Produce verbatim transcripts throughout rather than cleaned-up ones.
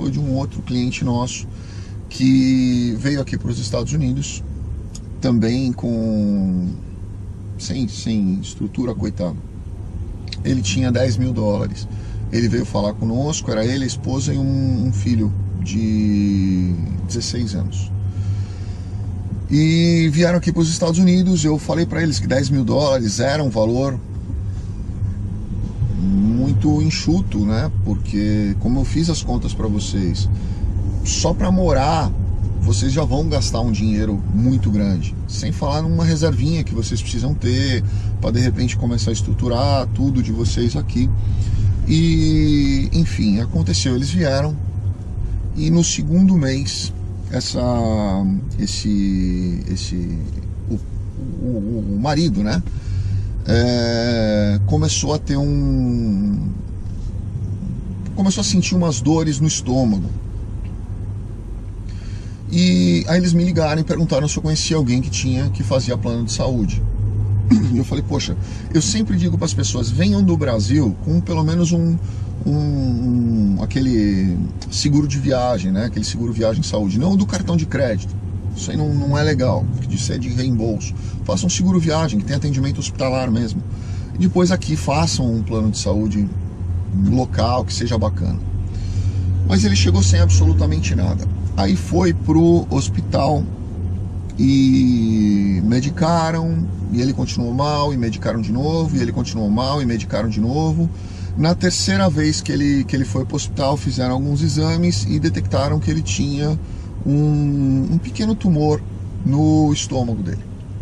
foi de um outro cliente nosso que veio aqui para os Estados Unidos, também com sem, sem estrutura, coitado. Ele tinha dez mil dólares. Ele veio falar conosco, era ele, a esposa e um, um filho de dezesseis anos. E vieram aqui para os Estados Unidos. Eu falei para eles que dez mil dólares era um valor muito enxuto, né? Porque, como eu fiz as contas para vocês, só para morar vocês já vão gastar um dinheiro muito grande, sem falar numa reservinha que vocês precisam ter para de repente começar a estruturar tudo de vocês aqui. E enfim, aconteceu, eles vieram e no segundo mês essa esse esse o, o, o marido, né, é, começou a ter um começou a sentir umas dores no estômago. E aí eles me ligaram e perguntaram se eu conhecia alguém que tinha, que fazia plano de saúde. E eu falei, poxa, eu sempre digo para as pessoas, venham do Brasil com pelo menos um, um, um aquele seguro de viagem, né? Aquele seguro viagem saúde, não do cartão de crédito. Isso aí não, não é legal, de ser de reembolso. Façam um seguro viagem, que tem atendimento hospitalar mesmo. E depois aqui façam um plano de saúde local, que seja bacana. Mas ele chegou sem absolutamente nada. Aí foi pro hospital e medicaram, e ele continuou mal, e medicaram de novo, e ele continuou mal, e medicaram de novo. Na terceira vez que ele, que ele foi pro hospital, fizeram alguns exames e detectaram que ele tinha um, um pequeno tumor no estômago dele.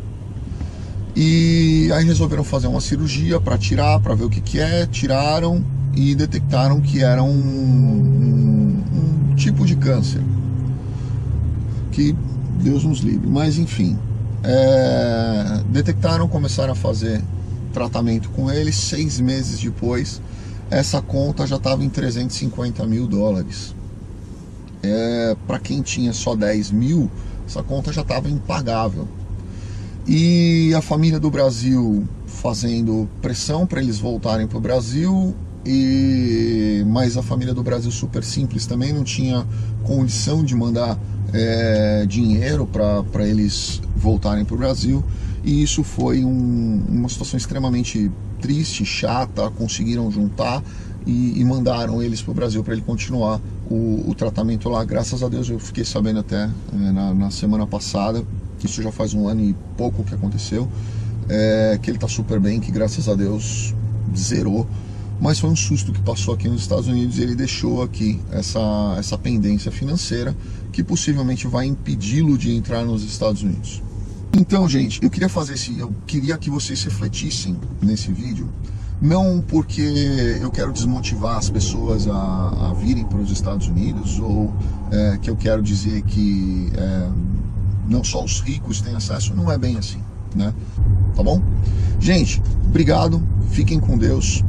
E aí resolveram fazer uma cirurgia para tirar, para ver o que que é, tiraram e detectaram que era um, um, um tipo de câncer. Que Deus nos livre, mas enfim, é, detectaram, começaram a fazer tratamento com ele. Seis meses depois, essa conta já estava em trezentos e cinquenta mil dólares. É, para quem tinha só dez mil, essa conta já estava impagável. E a família do Brasil fazendo pressão para eles voltarem para o Brasil. E mas a família do Brasil, super simples, também não tinha condição de mandar é, dinheiro para eles voltarem para o Brasil, e isso foi um, uma situação extremamente triste, chata. Conseguiram juntar e, e mandaram eles para o Brasil para ele continuar o, o tratamento lá. Graças a Deus, eu fiquei sabendo até é, na, na semana passada, que isso já faz um ano e pouco que aconteceu, é, que ele está super bem, que graças a Deus zerou. Mas foi um susto que passou aqui nos Estados Unidos, e ele deixou aqui essa, essa pendência financeira que possivelmente vai impedi-lo de entrar nos Estados Unidos. Então, gente, eu queria fazer esse, eu queria que vocês refletissem nesse vídeo, não porque eu quero desmotivar as pessoas a, a virem para os Estados Unidos, ou é, que eu quero dizer que é, não só os ricos têm acesso, não é bem assim, né? Tá bom? Gente, obrigado, fiquem com Deus.